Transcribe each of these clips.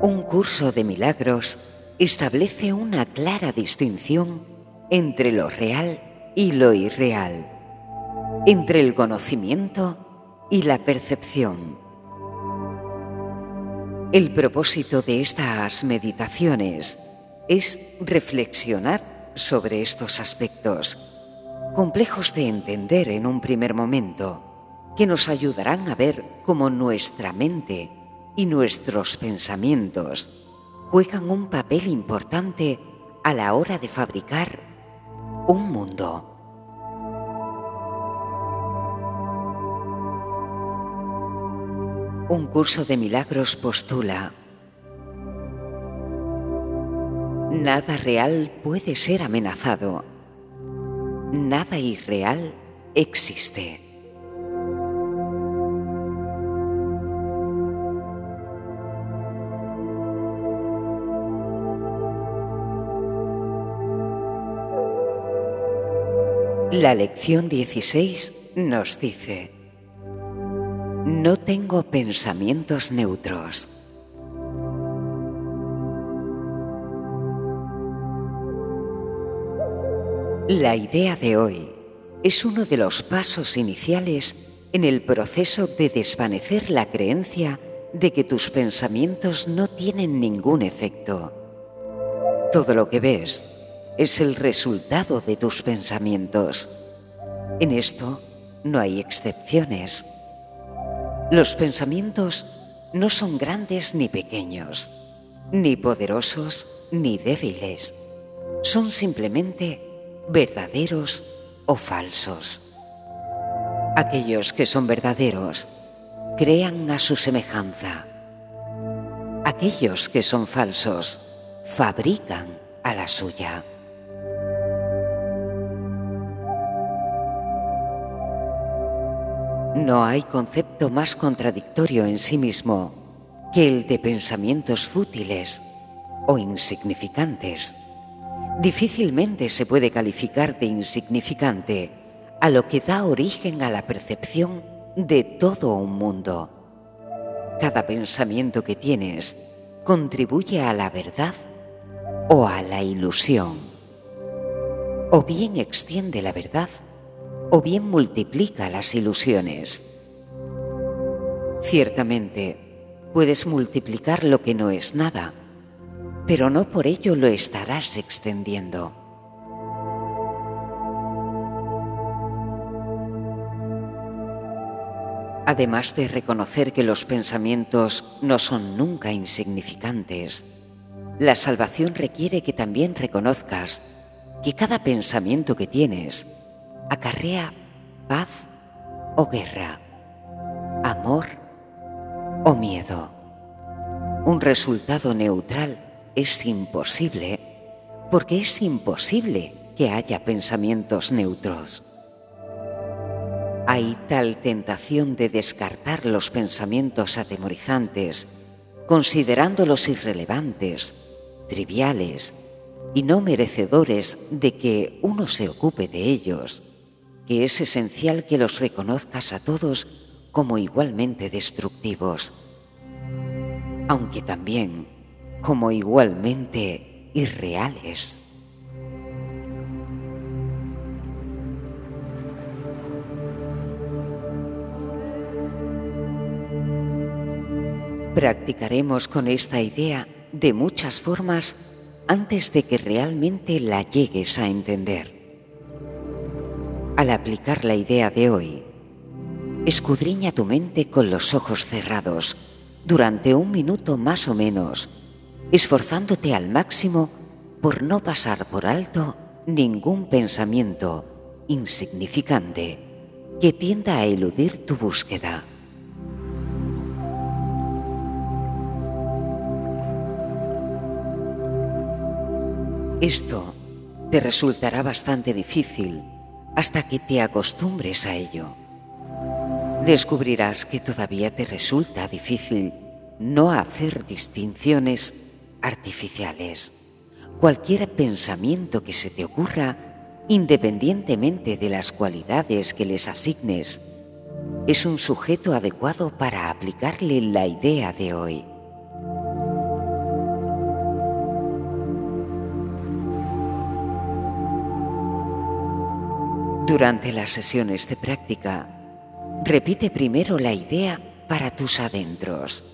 Un curso de milagros establece una clara distinción entre lo real y lo irreal, entre el conocimiento y la percepción. El propósito de estas meditaciones es reflexionar sobre estos aspectos, complejos de entender en un primer momento, que nos ayudarán a ver cómo nuestra mente y nuestros pensamientos juegan un papel importante a la hora de fabricar un mundo. Un curso de milagros postula: nada real puede ser amenazado, nada irreal existe. La lección 16 nos dice: no tengo pensamientos neutros. La idea de hoy es uno de los pasos iniciales en el proceso de desvanecer la creencia de que tus pensamientos no tienen ningún efecto. Todo lo que ves es el resultado de tus pensamientos. En esto no hay excepciones. Los pensamientos no son grandes ni pequeños, ni poderosos ni débiles. Son simplemente verdaderos o falsos. Aquellos que son verdaderos crean a su semejanza. Aquellos que son falsos fabrican a la suya. No hay concepto más contradictorio en sí mismo que el de pensamientos fútiles o insignificantes. Difícilmente se puede calificar de insignificante a lo que da origen a la percepción de todo un mundo. Cada pensamiento que tienes contribuye a la verdad o a la ilusión. O bien extiende la verdad o bien multiplica las ilusiones. Ciertamente, puedes multiplicar lo que no es nada, pero no por ello lo estarás extendiendo. Además de reconocer que los pensamientos no son nunca insignificantes, la salvación requiere que también reconozcas que cada pensamiento que tienes acarrea paz o guerra, amor o miedo. Un resultado neutral es imposible porque es imposible que haya pensamientos neutros. Hay tal tentación de descartar los pensamientos atemorizantes, considerándolos irrelevantes, triviales y no merecedores de que uno se ocupe de ellos, que es esencial que los reconozcas a todos como igualmente destructivos, aunque también como igualmente irreales. Practicaremos con esta idea de muchas formas antes de que realmente la llegues a entender. Al aplicar la idea de hoy, escudriña tu mente con los ojos cerrados durante 1 minuto más o menos, esforzándote al máximo por no pasar por alto ningún pensamiento insignificante que tienda a eludir tu búsqueda. Esto te resultará bastante difícil hasta que te acostumbres a ello. Descubrirás que todavía te resulta difícil no hacer distinciones artificiales. Cualquier pensamiento que se te ocurra, independientemente de las cualidades que les asignes, es un sujeto adecuado para aplicarle la idea de hoy. Durante las sesiones de práctica, repite primero la idea para tus adentros.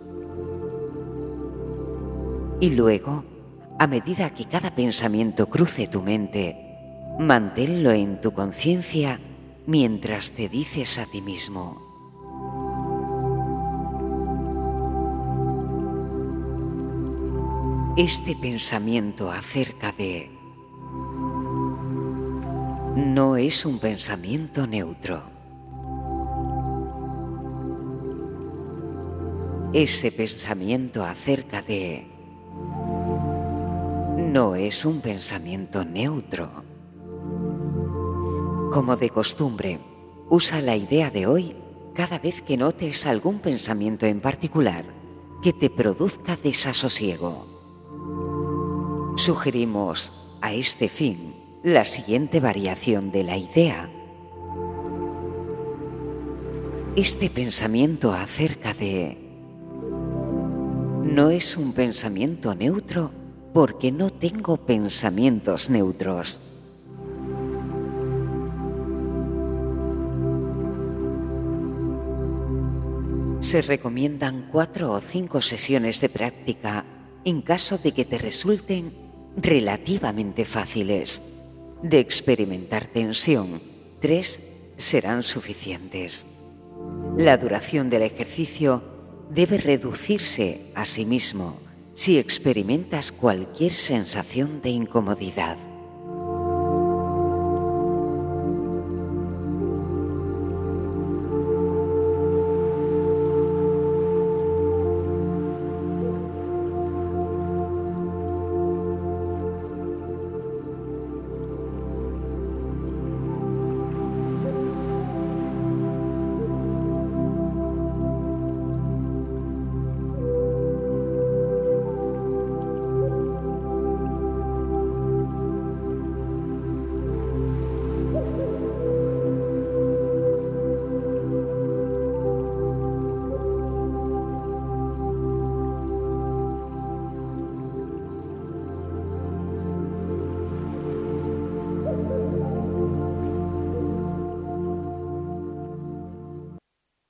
Y luego, a medida que cada pensamiento cruce tu mente, manténlo en tu conciencia mientras te dices a ti mismo: este pensamiento acerca de... no es un pensamiento neutro. Ese pensamiento acerca de... no es un pensamiento neutro. Como de costumbre, usa la idea de hoy cada vez que notes algún pensamiento en particular que te produzca desasosiego. Sugerimos a este fin la siguiente variación de la idea. Este pensamiento acerca de... no es un pensamiento neutro porque no tengo pensamientos neutros. Se recomiendan 4 o 5 sesiones de práctica en caso de que te resulten relativamente fáciles. De experimentar tensión, 3 serán suficientes. La duración del ejercicio debe reducirse a sí mismo si experimentas cualquier sensación de incomodidad.